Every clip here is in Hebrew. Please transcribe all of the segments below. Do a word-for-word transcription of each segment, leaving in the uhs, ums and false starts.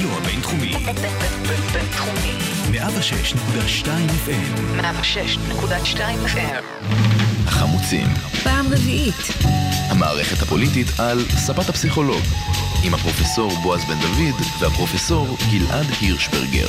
הרדיו הבינתחומי. בינתחומי. מאה ושש נקודה שתיים אף אם. מאה ושש נקודה שתיים אף אם. החמוצים. פעם רביעית. המערכת הפוליטית על ספת הפסיכולוג. עם הפרופסור בועז בן דוד והפרופסור גלעד הירשברגר.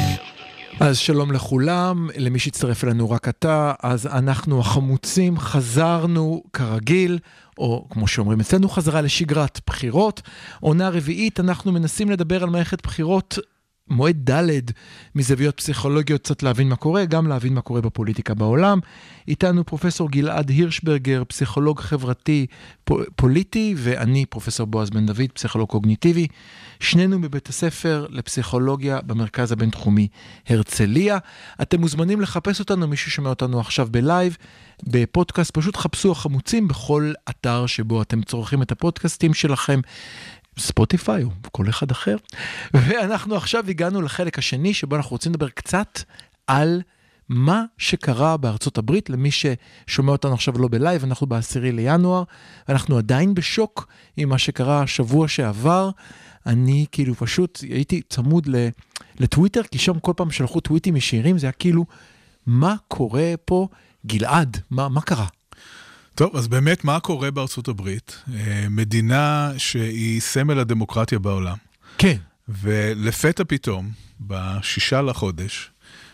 אז שלום לכולם, למי שהצטרף אלינו רק עתה, אז אנחנו החמוצים חזרנו כרגיל, או כמו שאומרים אצלנו, חזרה לשגרת בחירות. עונה רביעית, אנחנו מנסים לדבר על מערכת בחירות מועד ד' מזוויות פסיכולוגיות, קצת להבין מה קורה, גם להבין מה קורה בפוליטיקה בעולם. איתנו פרופסור גלעד הירשברגר, פסיכולוג חברתי פוליטי, ואני פרופסור בועז בן דוד, פסיכולוג קוגניטיבי. שנינו בבית הספר לפסיכולוגיה במרכז הבינתחומי הרצליה. אתם מוזמנים לחפש אותנו, מי ששומע אותנו עכשיו בלייב, בפודקאסט, פשוט חפשו החמוצים בכל אתר שבו אתם צורכים את הפודקאסטים שלכם, ספוטיפיי או כל אחד אחר. ואנחנו עכשיו הגענו לחלק השני שבו אנחנו רוצים לדבר קצת על מה שקרה בארצות הברית. למי ששומע אותנו עכשיו לא בלייב, אנחנו בעשירי לינואר, ואנחנו עדיין בשוק עם מה שקרה שבוע שעבר. אני כאילו פשוט הייתי צמוד לטוויטר, כי שם כל פעם שלחו טוויטים ישירים, זה היה כאילו, מה קורה פה? גלעד, מה, מה קרה? טוב, אז באמת מה קורה בארצות הברית? מדינה שהיא סמל הדמוקרטיה בעולם. כן. ולפתע פתאום, בשישה לחודש,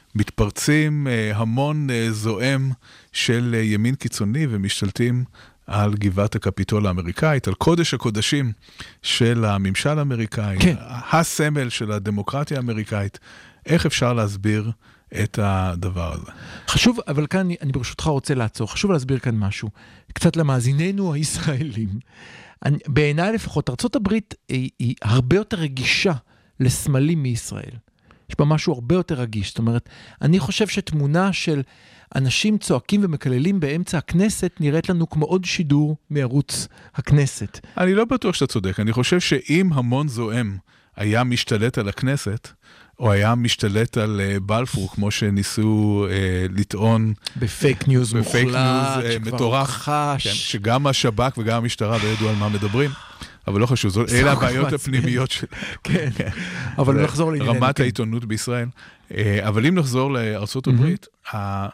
מתפרצים המון זועם של ימין קיצוני ומשתלטים על גבעת הקפיטול האמריקאית, על קודש הקודשים של הממשל האמריקאי, כן. הסמל של הדמוקרטיה האמריקאית. איך אפשר להסביר את הדבר הזה? חשוב, אבל כאן אני, אני ברשותך רוצה לעצור, חשוב להסביר כאן משהו, קצת למאזיננו הישראלים. אני, בעיניי לפחות, ארצות הברית היא, היא הרבה יותר רגישה לסמלים מישראל. יש בה משהו הרבה יותר רגיש, זאת אומרת, אני חושב שתמונה של אנשים צועקים ומקללים באמצע הכנסת נראית לנו כמו עוד שידור מערוץ הכנסת. אני לא בטוח שאתה צודק, אני חושב שאם המון זועם היה משתלט על הכנסת, או היה משתלט על uh, בלפור, כמו שניסו uh, לטעון בפייק ניוז בפייק מוחלט, ניוז, uh, מטורף, חש. כן, שגם השב"כ וגם המשטרה לא ידעו על מה מדברים, אבל לא חשוב, זו, אלה הבעיות הפנימיות של... כן, אבל נחזור לענייננו. רמת כן. העיתונות בישראל. Uh, אבל אם נחזור לארצות הברית, mm-hmm.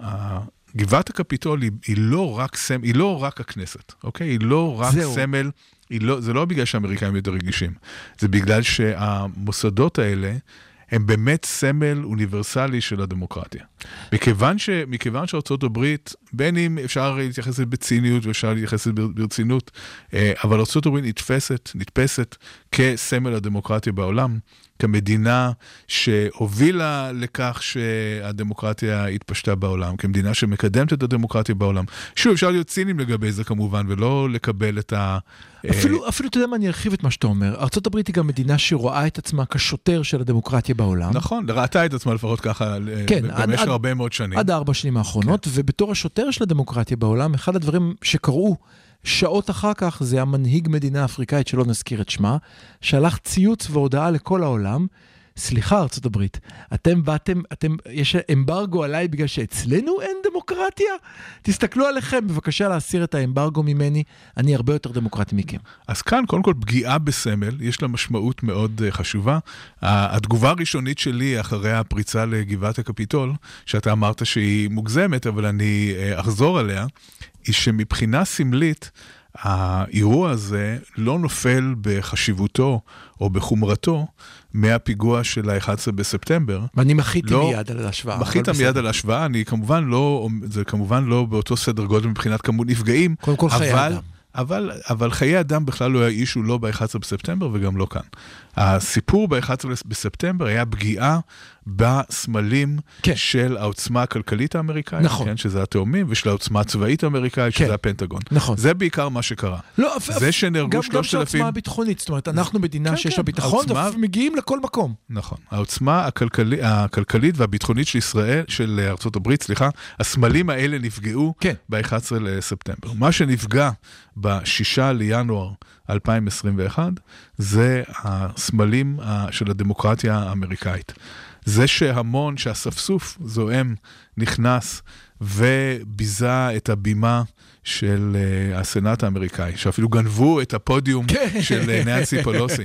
גבעת הקפיטול היא, היא, לא רק סמל, היא לא רק הכנסת, אוקיי? היא לא רק זהו. סמל, היא לא, זה לא בגלל שהאמריקאים יותר רגישים, זה בגלל שהמוסדות האלה, הם באמת סמל אוניברסלי של הדמוקרטיה. מכיוון, ש, מכיוון שארצות הברית, בין אם אפשר להתייחס בציניות ואפשר להתייחס ברצינות, אבל ארצות הברית נתפסת, נתפסת כסמל הדמוקרטיה בעולם, כמדינה שהובילה לכך שהדמוקרטיה התפשטה בעולם, כמדינה שמקדמת את הדמוקרטיה בעולם. שוב, אפשר להיות צינים לגבי זה כמובן, ולא לקבל את ה... אפילו, אפילו אתה יודע מה, אני ארחיב את מה שאתה אומר. ארצות הברית היא גם מדינה שרואה את עצמה כשוטר של הדמוקרטיה בעולם. נכון, ראתה את עצמה לפחות ככה כן, במשך עד, הרבה מאוד שנים. עד ארבע שנים האחרונות, כן. ובתור השוטר של הדמוקרטיה בעולם, אחד הדברים שקראו שעות אחר כך, זה המנהיג מדינה אפריקאית שלא נזכיר את שמה, שלח ציוץ והודעה לכל העולם, סליחה ארצות הברית, אתם באתם, אתם, יש אמברגו עליי בגלל שאצלנו אין דמוקרטיה? תסתכלו עליכם, בבקשה להסיר את האמברגו ממני, אני הרבה יותר דמוקרטי מכם. אז כאן, קודם כל, פגיעה בסמל, יש לה משמעות מאוד חשובה. התגובה הראשונית שלי אחרי הפריצה לגבעת הקפיטול, שאתה אמרת שהיא מוגזמת, אבל אני אחזור עליה, היא שמבחינה סמלית, האירוע הזה לא נופל בחשיבותו או בחומרתו מהפיגוע של ה-אחד עשר בספטמבר. ואני מחיתי לא, מיד על ההשוואה. מחית מיד על ההשוואה, אני כמובן לא, זה כמובן לא באותו סדר גודל מבחינת כמות נפגעים. קודם כל חיי אבל, אדם. אבל, אבל חיי אדם בכלל לא היה אישו לא ב-אחד עשר בספטמבר וגם לא כאן. הסיפור ב-אחד עשר בספטמבר היה פגיעה בסמלים כן. של העוצמה הכלכלית האמריקאית, נכון. כן, שזה התאומים, ושל העוצמה הצבאית האמריקאית, כן. שזה הפנטגון. נכון. זה בעיקר מה שקרה. לא, זה שנהרגו גם, שלושת גם אלפים... שהעוצמה הביטחונית, זאת אומרת, אנחנו מדינה כן, שיש לה כן. ביטחון, העוצמה... ומגיעים לכל מקום. נכון. העוצמה הכלכלי, הכלכלית והביטחונית של ישראל, של ארצות הברית, סליחה, הסמלים האלה נפגעו כן. ב-אחד עשר לספטמבר. מה שנפגע בשישה לינואר אלפיים עשרים ואחת, זה הסמלים של הדמוקרטיה האמריקאית. זה שהמון, שהספסוף זוהם נכנס וביזה את הבימה של uh, הסנאט האמריקאי, שאפילו גנבו את הפודיום כן. של uh, ננסי פלוסי.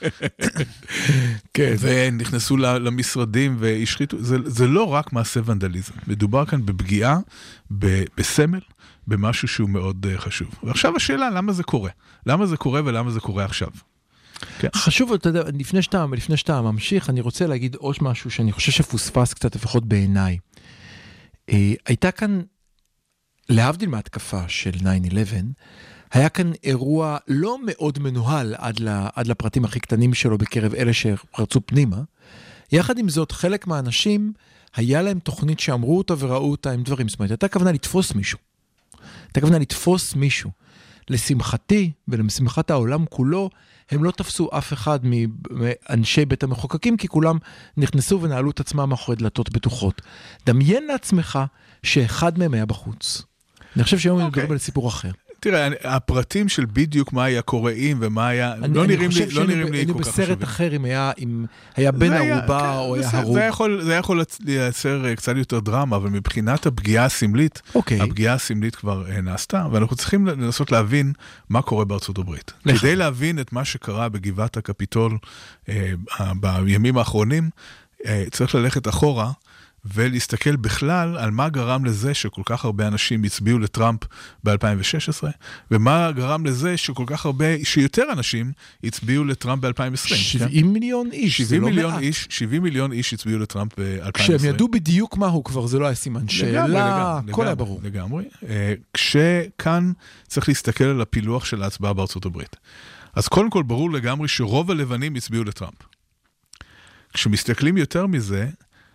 כן. ונכנסו למשרדים והשחיתו. זה, זה לא רק מעשה ונדליזם. מדובר כאן בפגיעה, ב, בסמל, במשהו שהוא מאוד uh, חשוב. ועכשיו השאלה, למה זה קורה? למה זה קורה ולמה זה קורה עכשיו? כן. חשוב, אתה יודע, לפני שאתה, לפני שאתה ממשיך, אני רוצה להגיד עוד משהו שאני חושב שפוספס קצת, לפחות בעיניי. אה, הייתה כאן, להבדיל מההתקפה של תשע אחת עשרה, היה כאן אירוע לא מאוד מנוהל עד, ל, עד לפרטים הכי קטנים שלו בקרב אלה שרצו פנימה. יחד עם זאת, חלק מהאנשים, היה להם תוכנית שאמרו אותה וראו אותה עם דברים. זאת אומרת, הייתה כוונה לתפוס מישהו. הייתה כוונה לתפוס מישהו. לשמחתי ולשמחת העולם כולו, הם לא תפסו אף אחד מאנשי בית המחוקקים, כי כולם נכנסו ונעלו את עצמם מאחורי דלתות בטוחות. דמיין לעצמך שאחד מהם היה בחוץ. אני חושב שהיום okay. מדברים על סיפור אחר. תראה, הפרטים של בדיוק מה היה קוראים ומה היה, אני, לא אני נראים לי, לא נראים לי כל כך חשובים. אני בסרט אחר אם היה, אם היה בן ערובה או היה הרוג. זה יכול, זה יכול לייצר קצת יותר דרמה, אבל מבחינת הפגיעה הסמלית, okay. הפגיעה הסמלית כבר נעשתה, ואנחנו צריכים לנסות להבין מה קורה בארצות הברית. נכון. כדי להבין את מה שקרה בגבעת הקפיטול אה, בימים האחרונים, אה, צריך ללכת אחורה, ולהסתכל בכלל על מה גרם לזה שכל כך הרבה אנשים הצביעו לטראמפ ב-אלפיים ושש עשרה, ומה גרם לזה שכל כך הרבה, שיותר אנשים הצביעו לטראמפ ב-אלפיים עשרים. שבעים מיליון איש, זה לא מעט. איש, שבעים מיליון איש הצביעו לטראמפ ב-אלפיים עשרים. כשהם ידעו בדיוק מה הוא כבר, זה לא היה סימן שאלה, הכל היה ברור. לגמרי. כשכאן צריך להסתכל על הפילוח של ההצבעה בארצות הברית. אז קודם כל ברור לגמרי שרוב הלבנים הצביעו לטראמפ. כשמסתכלים יותר מזה,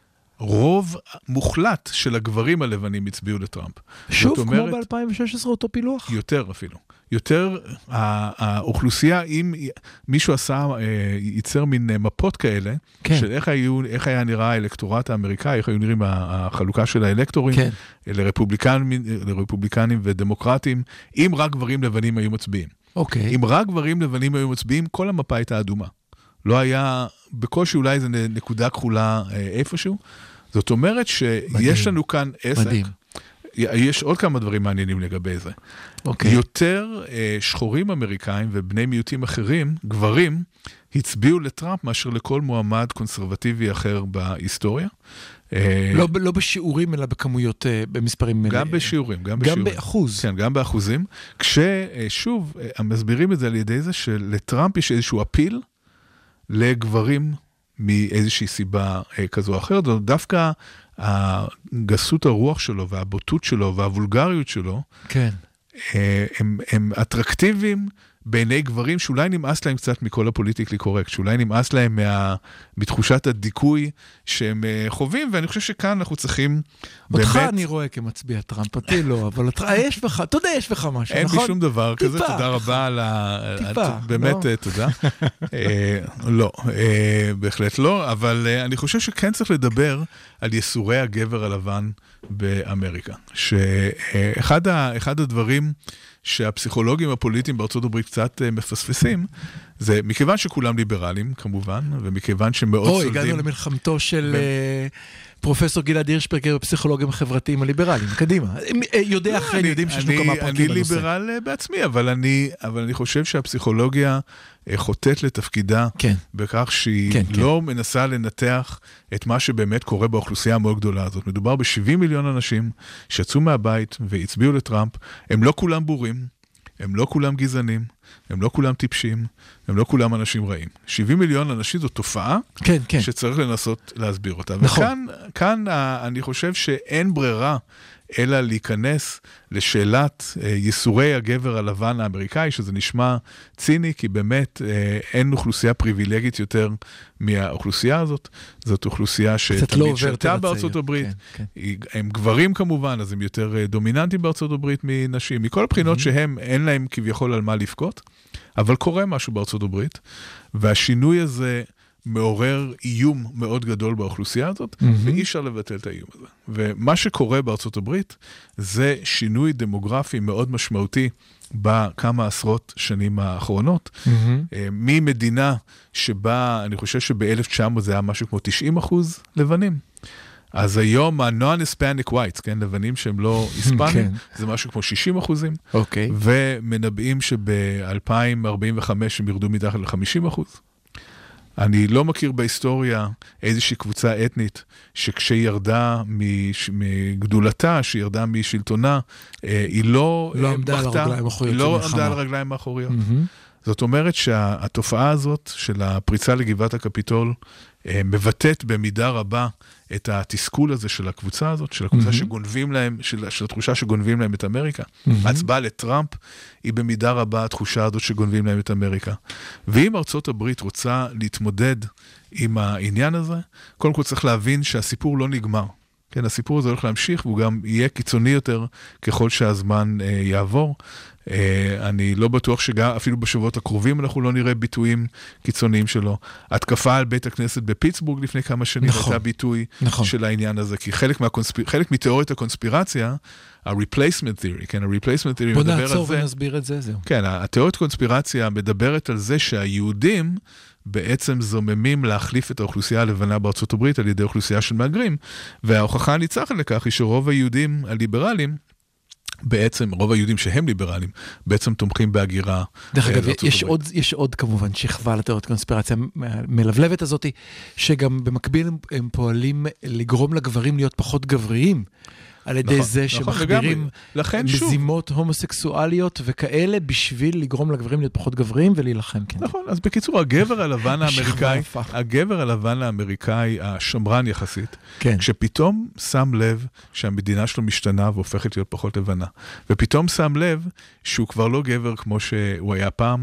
רוב מוחלט של הגברים הלבנים הצביעו לטראמפ. שוב, כמו ב-אלפיים ושש עשרה אותו פילוח? יותר אפילו. יותר, האוכלוסייה, אם מישהו עשה, ייצר מין מפות כאלה, של איך היו, איך היה נראה האלקטורט האמריקאי, איך היו נראים החלוקה של האלקטורים, לרפובליקנים, לרפובליקנים ודמוקרטים, אם רק גברים לבנים היו מצביעים. אוקיי. אם רק גברים לבנים היו מצביעים, כל המפה הייתה אדומה. לא היה, בקושי אולי איזו נקודה כחולה איפשהו. זאת אומרת שיש לנו כאן עסק. מדהים. יש עוד כמה דברים מעניינים לגבי זה. אוקיי. יותר שחורים אמריקאים ובני מיעוטים אחרים, גברים, הצביעו לטראמפ מאשר לכל מועמד קונסרבטיבי אחר בהיסטוריה. לא, לא בשיעורים, אלא בכמויות, במספרים. גם בשיעורים, גם בשיעורים. גם באחוז. כן, גם באחוזים. כששוב, מסבירים את זה על ידי זה שלטראמפ יש איזשהו אפיל, לגברים מאיזושהי סיבה כזו או אחרת, דווקא הגסות הרוח שלו והבוטות שלו והוולגריות שלו, כן. הם, הם אטרקטיביים בעיני גברים שאולי נמאס להם קצת מכל הפוליטיקלי קורקט, שאולי נמאס להם מה, מתחושת הדיכוי שהם חווים, ואני חושב שכאן אנחנו צריכים באמת... אותך אני רואה כמצביע טראמפ, אותי לא, אבל אותך, יש בך, אתה יודע, יש בך משהו, אין נכון? אין בשום דבר כזה, תודה רבה על ה... טיפה, באמת, תודה. לא, בהחלט לא, אבל אני חושב שכן צריך לדבר על יסורי הגבר הלבן באמריקה, שאחד הדברים שהפסיכולוגים הפוליטיים בארצות הברית קצת מפספסים, זה מכיוון שכולם ליברלים, כמובן, ומכיוון שמאוד סולדים... או, הגענו למלחמתו של פרופסור גלעד הירשברגר בפסיכולוגים החברתיים הליברליים. קדימה. יודע אחרי, יודעים שיש לנו כמה פרקים בנושא. אני ליברל בעצמי, אבל אני חושב שהפסיכולוגיה חוטאת לתפקידה בכך שהיא לא מנסה לנתח את מה שבאמת קורה באוכלוסייה המאוד גדולה הזאת. מדובר ב-שבעים מיליון אנשים שיצאו מהבית והצביעו לטראמפ. הם לא כולם בורים, הם לא כולם גזענים, הם לא כולם טיפשים, הם לא כולם אנשים רעים. שבעים מיליון אנשים זו תופעה כן, כן. שצריך לנסות להסביר אותה. נכון. וכאן כאן, אני חושב שאין ברירה אלא להיכנס לשאלת ייסורי הגבר הלבן האמריקאי, שזה נשמע ציני, כי באמת אין אוכלוסייה פריבילגית יותר מהאוכלוסייה הזאת. זאת אוכלוסייה שתמיד שרתה בארצות הברית. כן, כן. הם גברים כמובן, אז הם יותר דומיננטיים בארצות הברית מנשים. מכל הבחינות mm-hmm. שהם, אין להם כביכול על מה לפקוט, אבל קורה משהו בארצות הברית, והשינוי הזה מעורר איום מאוד גדול באוכלוסייה הזאת, mm-hmm. ואי אפשר לבטל את האיום הזה. ומה שקורה בארצות הברית, זה שינוי דמוגרפי מאוד משמעותי, בכמה עשרות שנים האחרונות, mm-hmm. ממדינה שבה, אני חושב שב-אלף תשע מאות זה היה משהו כמו תשעים אחוז לבנים. אז היום ה-non-Hispanic whites, כן, לבנים שהם לא היספנים, זה משהו כמו שישים אחוזים, אוקיי. ומנבאים שב-אלפיים ארבעים וחמש הם ירדו מתחת ל-חמישים אחוז. אני לא מכיר בהיסטוריה איזושהי קבוצה אתנית שכשהיא ירדה מגדולתה, שהיא ירדה משלטונה, היא לא עמדה על הרגליים האחוריות. זאת אומרת שהתופעה הזאת של הפריצה לגבעת הקפיטול מבטאת במידה רבה את התסכול הזה של הקבוצה הזאת, של הקבוצה שגונבים להם, של, של התחושה שגונבים להם את אמריקה. ההצבעה לטראמפ היא במידה רבה התחושה הזאת שגונבים להם את אמריקה. ואם ארצות הברית רוצה להתמודד עם העניין הזה, קודם כל צריך להבין שהסיפור לא נגמר. כן, הסיפור הזה הולך להמשיך, והוא גם יהיה קיצוני יותר ככל שהזמן אה, יעבור. אה, אני לא בטוח שגם, אפילו בשבועות הקרובים אנחנו לא נראה ביטויים קיצוניים שלו. התקפה על בית הכנסת בפיטסבורג לפני כמה שנים, נכון, הייתה ביטוי נכון. של העניין הזה, כי חלק, מהקונספיר... חלק מתיאוריות הקונספירציה, ה-replacement theory, כן, ה-replacement theory בוא מדבר על זה. בוא נעצור ונסביר את זה, זהו. כן, התיאוריות קונספירציה מדברת על זה שהיהודים, בעצם זוממים להחליף את האוכלוסייה הלבנה בארצות הברית על ידי אוכלוסייה של מהגרים, וההוכחה הניצחת לכך היא שרוב היהודים הליברליים, בעצם רוב היהודים שהם ליברליים, בעצם תומכים בהגירה. דרך אגב, יש עוד, יש עוד כמובן שכבה לתיאוריות קונספירציה מלבלבת הזאת, שגם במקביל הם פועלים לגרום לגברים להיות פחות גבריים, על ידי נכון, זה נכון, שמחבירים מזימות שוב. הומוסקסואליות וכאלה, בשביל לגרום לגברים להיות פחות גבריים ולהילחם. כן. נכון, אז בקיצור, הגבר הלבן האמריקאי, הגבר הלבן האמריקאי, השמרן יחסית, כן. כשפתאום שם לב שהמדינה שלו משתנה והופכת להיות פחות לבנה, ופתאום שם לב שהוא כבר לא גבר כמו שהוא היה פעם,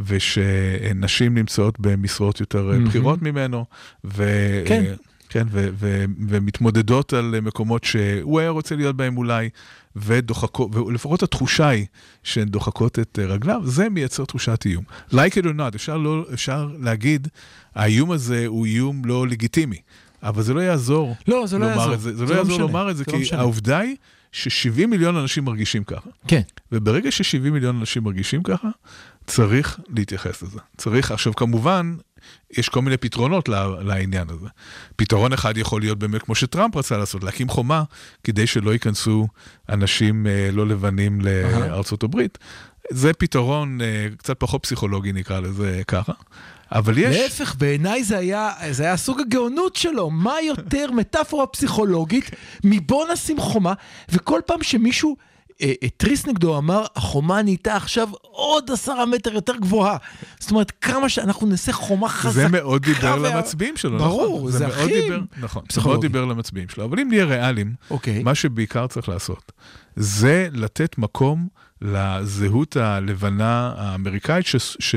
ושנשים נמצאות במשרות יותר mm-hmm. בחירות ממנו, ו... כן. כן, ו- ו- ומתמודדות על מקומות שהוא היה רוצה להיות בהם אולי, ודוחקות, ולפחות התחושה היא שהן דוחקות את רגליו, זה מייצר תחושת איום. Like it or not, אפשר, לא, אפשר להגיד, האיום הזה הוא איום לא לגיטימי, אבל זה לא יעזור. לא, זה לא יעזור. זה, זה, זה לא יעזור משנה. לומר את זה, זה כי לא העובדה היא ש-שבעים מיליון אנשים מרגישים ככה. כן. וברגע ש-שבעים מיליון אנשים מרגישים ככה, צריך להתייחס לזה. צריך, עכשיו כמובן, יש כל מיני פתרונות לעניין הזה. פתרון אחד יכול להיות באמת כמו שטראמפ רצה לעשות, להקים חומה כדי שלא ייכנסו אנשים לא לבנים לארצות הברית. זה פתרון קצת פחות פסיכולוגי נקרא לזה ככה. אבל יש... להפך, בעיניי זה היה, זה היה סוג הגאונות שלו. מה יותר מטאפורה פסיכולוגית מבוא נשים חומה, וכל פעם שמישהו... תריס נגדו אמר, החומה נהייתה עכשיו עוד עשרה מטר יותר גבוהה. זאת אומרת, כמה שאנחנו נעשה חומה חזקה. זה מאוד דיבר למצביעים שלו. ברור, זה הכי... נכון, זה מאוד דיבר למצביעים שלו. אבל אם נהיה ריאליים, מה שבעיקר צריך לעשות, זה לתת מקום לזהות הלבנה האמריקאית,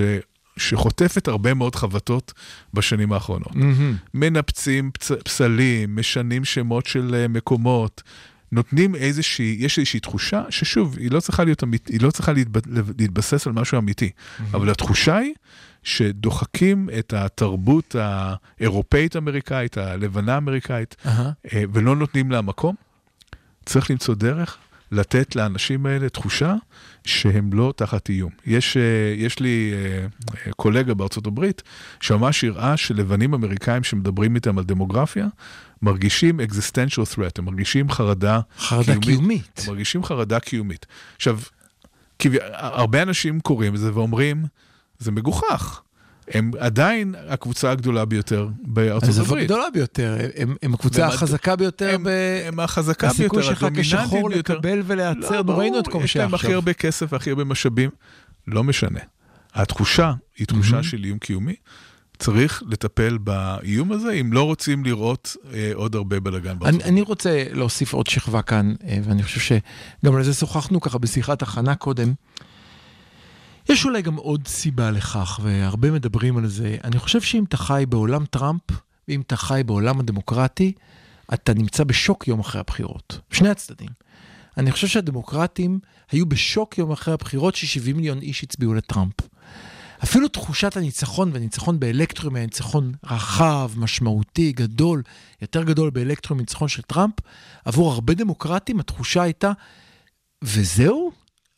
שחוטפת הרבה מאוד חבטות בשנים האחרונות. מנפצים פסלים, משנים שמות של מקומות, נותנים איזושהי, יש איזושהי תחושה, ששוב, היא לא צריכה להיות אמיתית, היא לא צריכה להתבסס על משהו אמיתי, אבל התחושה היא שדוחקים את התרבות האירופאית-אמריקאית, הלבנה-אמריקאית, ולא נותנים לה מקום. צריך למצוא דרך לתת לאנשים האלה תחושה שהם לא תחת איום. יש, יש לי קולגה בארצות הברית, שממש הראה שלבנים אמריקאים שמדברים איתם על דמוגרפיה, מרגישים existential threat, הם מרגישים חרדה, חרדה קיומית. קיומית. הם מרגישים חרדה קיומית. עכשיו, הרבה אנשים קוראים את זה ואומרים, זה מגוחך. הם עדיין הקבוצה הגדולה ביותר בארצות הברית. אז הגדולה ביותר, הם, הם הקבוצה החזקה ביותר, הם, ב... הם החזקה ביותר, הסיכוי שלך כשחור לקבל ולייצר, לא, ראינו את כל יש להם הכי הרבה כסף והכי הרבה משאבים, לא משנה. התחושה היא תחושה של איום קיומי, צריך לטפל באיום הזה, אם לא רוצים לראות אה, עוד הרבה בלגן. אני, אני רוצה להוסיף עוד שכבה כאן, אה, ואני חושב שגם על זה שוחחנו ככה בשיחת הכנה קודם, יש אולי גם עוד סיבה לכך, והרבה מדברים על זה. אני חושב שאם אתה חי בעולם טראמפ, ואם אתה חי בעולם הדמוקרטי, אתה נמצא בשוק יום אחרי הבחירות. שני הצדדים. אני חושב שהדמוקרטים היו בשוק יום אחרי הבחירות, ש-שבעים מיליון איש הצביעו לטראמפ. אפילו תחושת הניצחון, והניצחון באלקטרואים, הניצחון רחב, משמעותי, גדול, יותר גדול באלקטרואים, ניצחון של טראמפ, עבור הרבה דמוקרטים, התחושה הייתה, וזהו?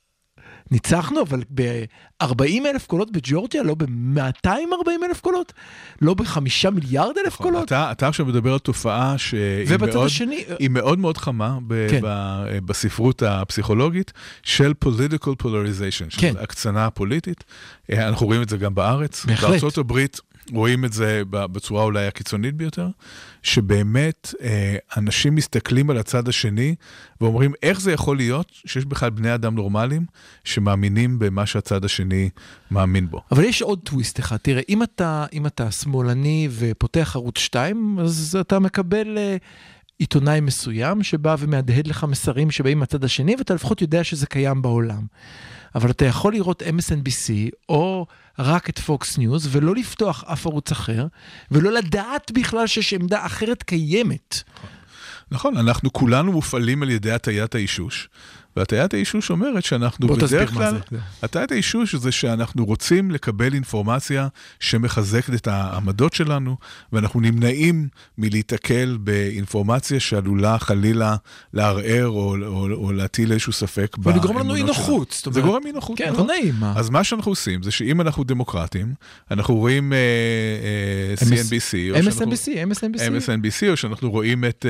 ניצחנו, אבל ב-ארבעים אלף קולות בג'ורג'יה, לא ב-מאתיים וארבעים אלף קולות, לא ב-חמישה מיליארד אלף קולות. אתה, אתה עכשיו מדבר על תופעה שהיא מאוד, השני... מאוד מאוד חמה ב- כן. ב- בספרות הפסיכולוגית של political polarization, של כן. הקצנה פוליטית. אנחנו רואים את זה גם בארץ. בהחלט. בארצות הברית רואים את זה בצורה אולי הקיצונית ביותר, שבאמת אה, אנשים מסתכלים על הצד השני, ואומרים איך זה יכול להיות שיש בכלל בני אדם נורמליים, שמאמינים במה שהצד השני מאמין בו. אבל יש עוד טוויסט אחד, תראה, אם אתה, אם אתה שמאלני ופותח ערוץ שתיים, אז אתה מקבל אה, עיתונאי מסוים, שבא ומהדהד לך מסרים שבאים מהצד השני, ואתה לפחות יודע שזה קיים בעולם. אבל אתה יכול לראות אם אס אן בי סי, או רק את פוקס ניוז, ולא לפתוח אף ערוץ אחר, ולא לדעת בכלל שיש עמדה אחרת קיימת. נכון, אנחנו כולנו מופעלים על ידי הטיית האישוש, והטיית האישוש אומרת שאנחנו בדרך כלל, הטיית האישוש זה שאנחנו רוצים לקבל אינפורמציה שמחזקת את העמדות שלנו, ואנחנו נמנעים מלהתקל באינפורמציה שעלולה חלילה לערער או, או, או להטיל איזשהו ספק באמונות שלנו. ולגרום לנו אינוחות. זה גורם אינוחות. כן, לא נעים. אז מה שאנחנו עושים זה שאם אנחנו דמוקרטים, אנחנו רואים סי אן בי סי, אם אס אן בי סי, אם אס אן בי סי. אם אס אן בי סי, או שאנחנו רואים את,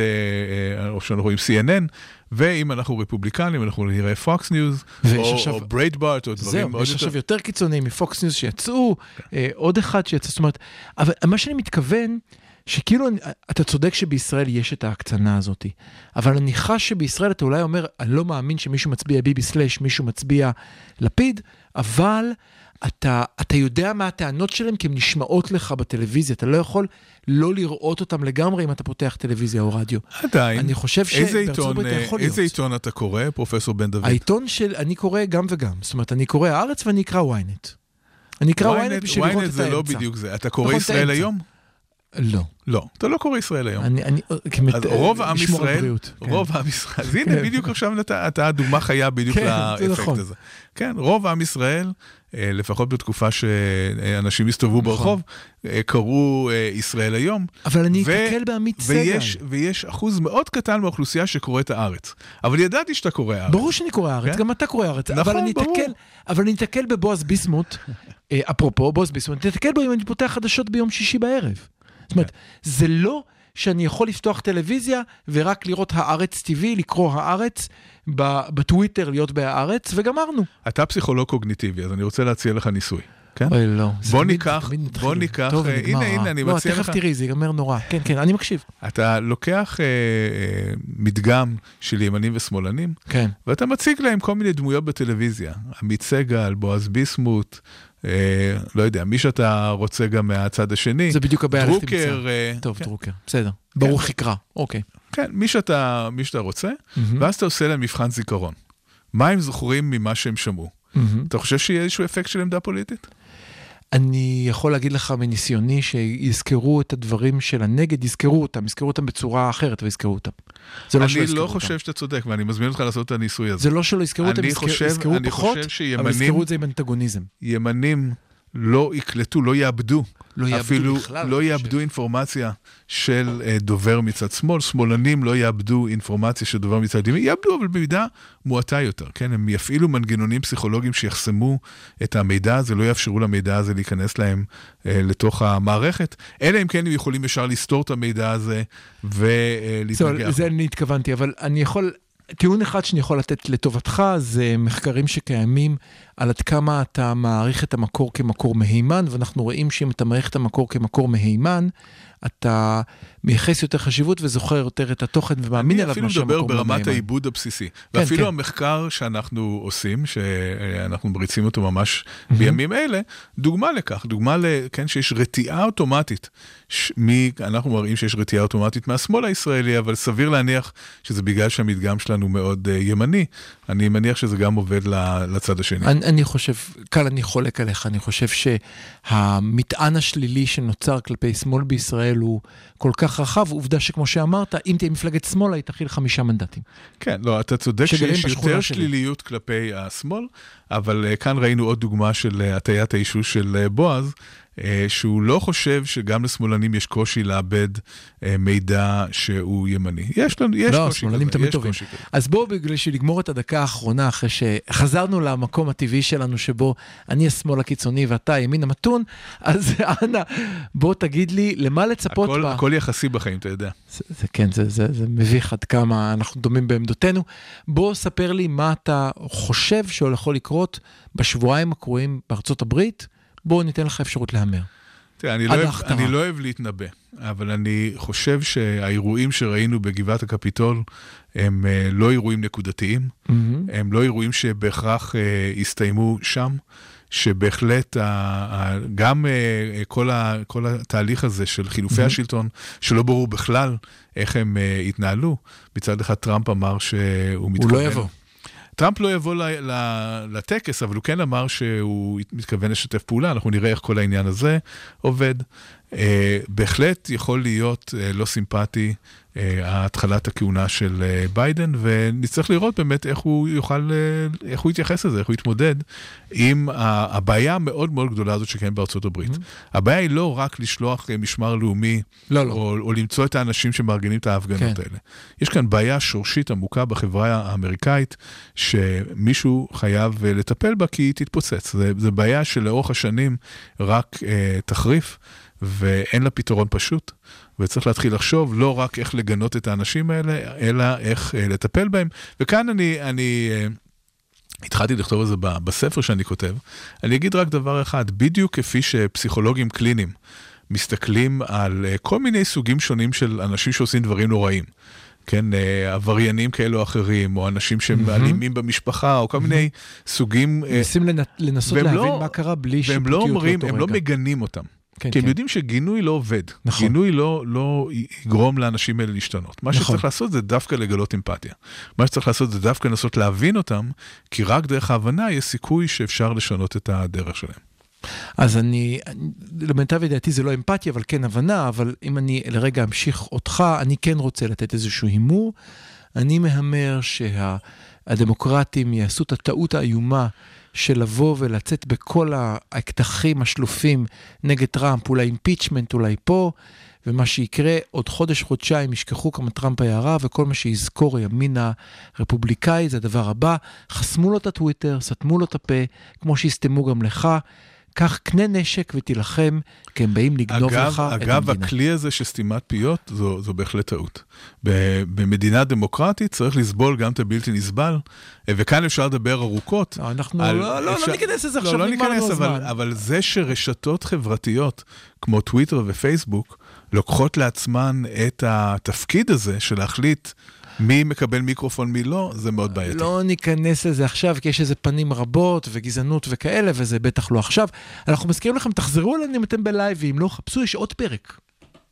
או שאנחנו רואים סי אן אן, ואם אנחנו רפובליקנים, אנחנו נראה פוקס ניוז, או ברייטברט, או דברים מאוד יותר. יש עכשיו יותר קיצוניים מפוקס ניוז שיצאו, עוד אחד שיצא, זאת אומרת, אבל מה שאני מתכוון, שכאילו אתה צודק שבישראל יש את ההקצנה הזאת, אבל אני חש שבישראל אתה אולי אומר, אני לא מאמין שמישהו מצביע ביבי סלש, מישהו מצביע לפיד, אבל אתה, אתה יודע מה הטענות שלהם, כי הן נשמעות לך בטלוויזיה, אתה לא יכול לא לראות אותם לגמרי אם אתה פותח טלוויזיה או רדיו. עדיין. אני חושב שבארצות הברית אתה יכול להיות. איזה עיתון אתה קורא, פרופסור בן דוד? העיתון של, אני קורא גם וגם, זאת אומרת, אני קורא הארץ ואני אקרא וויינט. אני אקרא וויינט בשביל לראות את האמצע. וויינט זה לא בדיוק זה. אתה קורא ישראל היום? לא. לא, אתה לא קורא ישראל היום. אני, אני, אז רוב העם ישראל, רוב העם ישראל, אז הנה, בדיוק עכשיו אתה דוגמה חיה בדיוק לאפקט הזה. כן, רוב העם ישראל, לפחות בתקופה שאנשים הסתובבו ברחוב, קראו ישראל היום. אבל אני אתקל בעמית סגל. ויש אחוז מאוד קטן מהאוכלוסייה שקורא את הארץ. אבל ידעתי שאתה קורא הארץ. ברור שאני קורא הארץ, גם אתה קורא הארץ. נכון, ברור. אבל אני אתקל בבועז ביסמוט, אפרופו, בועז ביסמוט, אני אתקל בו אם אני פותח חדשות ביום שישי בערב. זאת אומרת, זה לא שאני יכול לפתוח טלוויזיה ורק לראות הארץ טבעי, לקרוא הארץ, בטוויטר להיות בהארץ, וגמרנו. אתה פסיכולוג קוגניטיבי, אז אני רוצה להציע לך ניסוי. כן? אוי, לא. בוא ניקח, בוא ניקח, הנה, הנה, אני מציע לך. לא, תכף תראי, זה ייגמר נורא. כן, כן, אני מקשיב. אתה לוקח מדגם של ימנים ושמאלנים, ואתה מציג להם כל מיני דמויות בטלוויזיה. עמית סגל, בועז ביסמוט, לא יודע, מי שאתה רוצה גם מהצד השני. זה בדיוק הבעיה. דרוקר. טוב, דרוקר, בסדר. ברוך יקרא, אוקיי. כן, מי שאתה רוצה, ואז אתה עושה להם מבחן זיכרון. מה הם זוכרים ממה שהם שמעו? אתה חושב שיהיה איזשהו אפקט של עמדה פוליטית? אני יכול להגיד לך מניסיוני שיזכרו את הדברים של הנגד, יזכרו אותם, יזכרו אותם בצורה אחרת ויזכרו אותם. אני לא חושב שאתה צודק, ואני מזמין אותך לעשות את הניסוי הזה. זה לא שלא יזכרו אותם, יזכרו פחות, אבל יזכרו את זה עם אנטגוניזם. ימנים לא יקלטו, לא יאבדו, אפילו לא יאבדו אינפורמציה של דובר מצד שמאל, שמאלנים לא יאבדו אינפורמציה של דובר מצד ימין, יאבדו אבל במידה מועטה יותר, כן? הם יפעילו מנגנונים פסיכולוגיים שיחסמו את המידע הזה, לא יאפשרו למידע הזה להיכנס להם לתוך המערכת, אלא אם כן הם יכולים ישר לסתור את המידע הזה ולהתנגח. זה אני התכוונתי, אבל אני יכול... טיעון אחד שאני יכול לתת לטובתך, זה מחקרים שקיימים על עד כמה אתה מעריך את המקור כמקור מהימן, ואנחנו רואים שאם אתה מעריך את המקור כמקור מהימן, אתה מייחס יותר חשיבות וזוכר יותר את התוכן ומאמין עליו מה שהמקור מהימן. אני אפילו מדבר ברמת העיבוד הבסיסי. כן, ואפילו כן. המחקר שאנחנו עושים, שאנחנו מריצים אותו ממש mm-hmm. בימים אלה, דוגמה לכך, דוגמה לכן שיש רתיעה אוטומטית, מי, אנחנו מראים שיש רתיעה אוטומטית מהשמאל הישראלי, אבל סביר להניח שזה בגלל שהמדגם שלנו מאוד uh, ימני, אני מניח שזה גם עובד לצד השני. אני, אני חושב, קל אני חולק עליך, אני חושב שהמטען השלילי שנוצר כלפי שמאל בישראל, בישראל הוא כל כך רחב, עובדה שכמו שאמרת, אם תהיה מפלגת שמאל, היא תכיל חמישה מנדטים. כן, לא, אתה צודק שיש יותר שליליות כלפי השמאל, אבל כאן ראינו עוד דוגמה של הטיית האישוש של בועז, שהוא לא חושב שגם לשמאלנים יש קושי לאבד מידע שהוא ימני. יש לנו, יש לא, קושי שמאלנים כזה, תמיד יש טובים. קושי כזה. אז בואו בגלל שלגמור את הדקה האחרונה, אחרי שחזרנו למקום הטבעי שלנו, שבו אני השמאל הקיצוני ואתה הימין המתון, אז אנא, בוא תגיד לי, למה לצפות הכל, בה? הכל יחסי בחיים, אתה יודע. זה, זה כן, זה, זה, זה מביך עד כמה אנחנו דומים בעמדותינו. בוא ספר לי מה אתה חושב שיכול לקרות בשבועיים הקרובים בארצות הברית, בואו ניתן לך אפשרות להמר. תראה, אני, לא אוהב, אני לא אוהב להתנבא, אבל אני חושב שהאירועים שראינו בגבעת הקפיטול, הם לא אירועים נקודתיים, mm-hmm. הם לא אירועים שבהכרח הסתיימו שם, שבהחלט גם כל, ה, כל התהליך הזה של חילופי mm-hmm. השלטון, שלא ברור בכלל איך הם התנהלו, מצד אחד טראמפ אמר שהוא מתכוון. הוא לא יבוא. טראמפ לא יבוא לטקס, אבל הוא כן אמר שהוא מתכוון לשתף פעולה, אנחנו נראה איך כל העניין הזה עובד. בהחלט יכול להיות לא סימפטי התחלת הכהונה של ביידן, ונצטרך לראות באמת איך הוא יוכל, איך הוא יתייחס לזה, איך הוא יתמודד עם הבעיה המאוד מאוד גדולה הזאת שקיימת בארצות הברית. הבעיה היא לא רק לשלוח משמר לאומי, לא, לא. או, או למצוא את האנשים שמארגנים את ההפגנות כן. האלה. יש כאן בעיה שורשית עמוקה בחברה האמריקאית, שמישהו חייב לטפל בה כי היא תתפוצץ. זה, זה בעיה שלאורך השנים רק אה, תחריף, ואין לה פתרון פשוט, וצריך להתחיל לחשוב לא רק איך לגנות את האנשים האלה, אלא איך אה, לטפל בהם. וכאן אני, אני אה, התחלתי לכתוב את זה בספר שאני כותב, אני אגיד רק דבר אחד, בדיוק כפי שפסיכולוגים קליניים מסתכלים על אה, כל מיני סוגים שונים של אנשים שעושים דברים נוראים, כן, עבריינים כאלו או אחרים, או אנשים שמאלימים במשפחה, או כל מיני סוגים. מנסים לנסות להבין מה קרה בלי שיפוטיות והם לא אומרים, הם לא מגנים אותם. כי הם יודעים שגינוי לא עובד. גינוי לא יגרום לאנשים האלה להשתנות. מה שצריך לעשות זה דווקא לגלות אמפתיה. מה שצריך לעשות זה דווקא לנסות להבין אותם, כי רק דרך ההבנה יש סיכוי שאפשר לשנות את הדרך שלהם. אז אני, למיטב ידיעתי זה לא אמפתיה, אבל כן הבנה, אבל אם אני לרגע אמשיך אותך, אני כן רוצה לתת איזשהו הימור. אני מהמר שהדמוקרטים יעשו את הטעות האיומה של לבוא ולצאת בכל האקטחים השלופים נגד טראמפ, אולי אימפיצ'מנט, אולי פה, ומה שיקרה, עוד חודש, חודשיים, ישכחו כמה טראמפ היערה, וכל מה שיזכור הימין הרפובליקאי, זה הדבר הבא. חסמו לו את הטוויטר, סתמו לו את הפה, כמו שהסתמו גם לך, קח קנה נשק ותילחם, כי הם באים לגנוב אגב, לך את אגב, המדינה. אגב, הכלי הזה של סתימת פיות, זו, זו בהחלט טעות. במדינה דמוקרטית צריך לסבול גם את הבלתי נסבל, וכאן אפשר לדבר ארוכות. לא, אנחנו על, לא, לא, אפשר, לא ניכנס לזה לא, עכשיו, לא נגמרנו ניכנס, הזמן. אבל, אבל זה שרשתות חברתיות, כמו טוויטר ופייסבוק, לוקחות לעצמן את התפקיד הזה של להחליט מי מקבל מיקרופון, מי לא, זה מאוד בעייתי. לא ניכנס לזה עכשיו, כי יש איזה פנים רבות וגזענות וכאלה, וזה בטח לא עכשיו. אנחנו מזכירים לכם, תחזרו אלינו אם אתם בלייב, ואם לא, חפשו, יש עוד פרק.